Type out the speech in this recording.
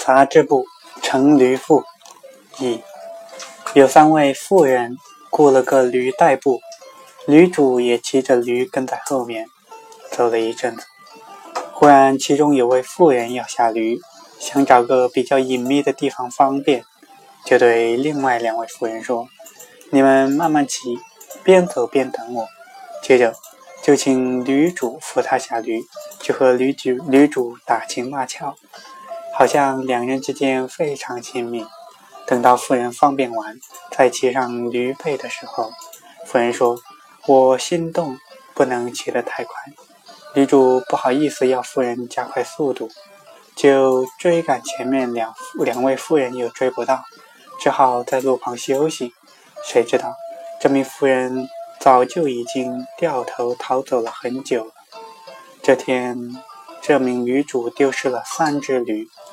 杂志部乘驴妇一。有3位妇人雇了个驴代步，驴主也骑着驴跟在后面。走了一阵子，忽然其中有位妇人要下驴，想找个比较隐秘的地方方便，就对另外2位妇人说：你们慢慢骑，边走边等我。接着就请驴主扶他下驴，就和驴主打情骂俏，好像2人之间非常亲密。等到妇人方便完，再骑上驴背的时候，妇人说：我心动，不能骑得太快。驴主不好意思要妇人加快速度，就追赶前面两位妇人又追不到，只好在路旁休息。谁知道这名妇人早就已经掉头逃走了很久了。这天，这名驴主丢失了3只驴，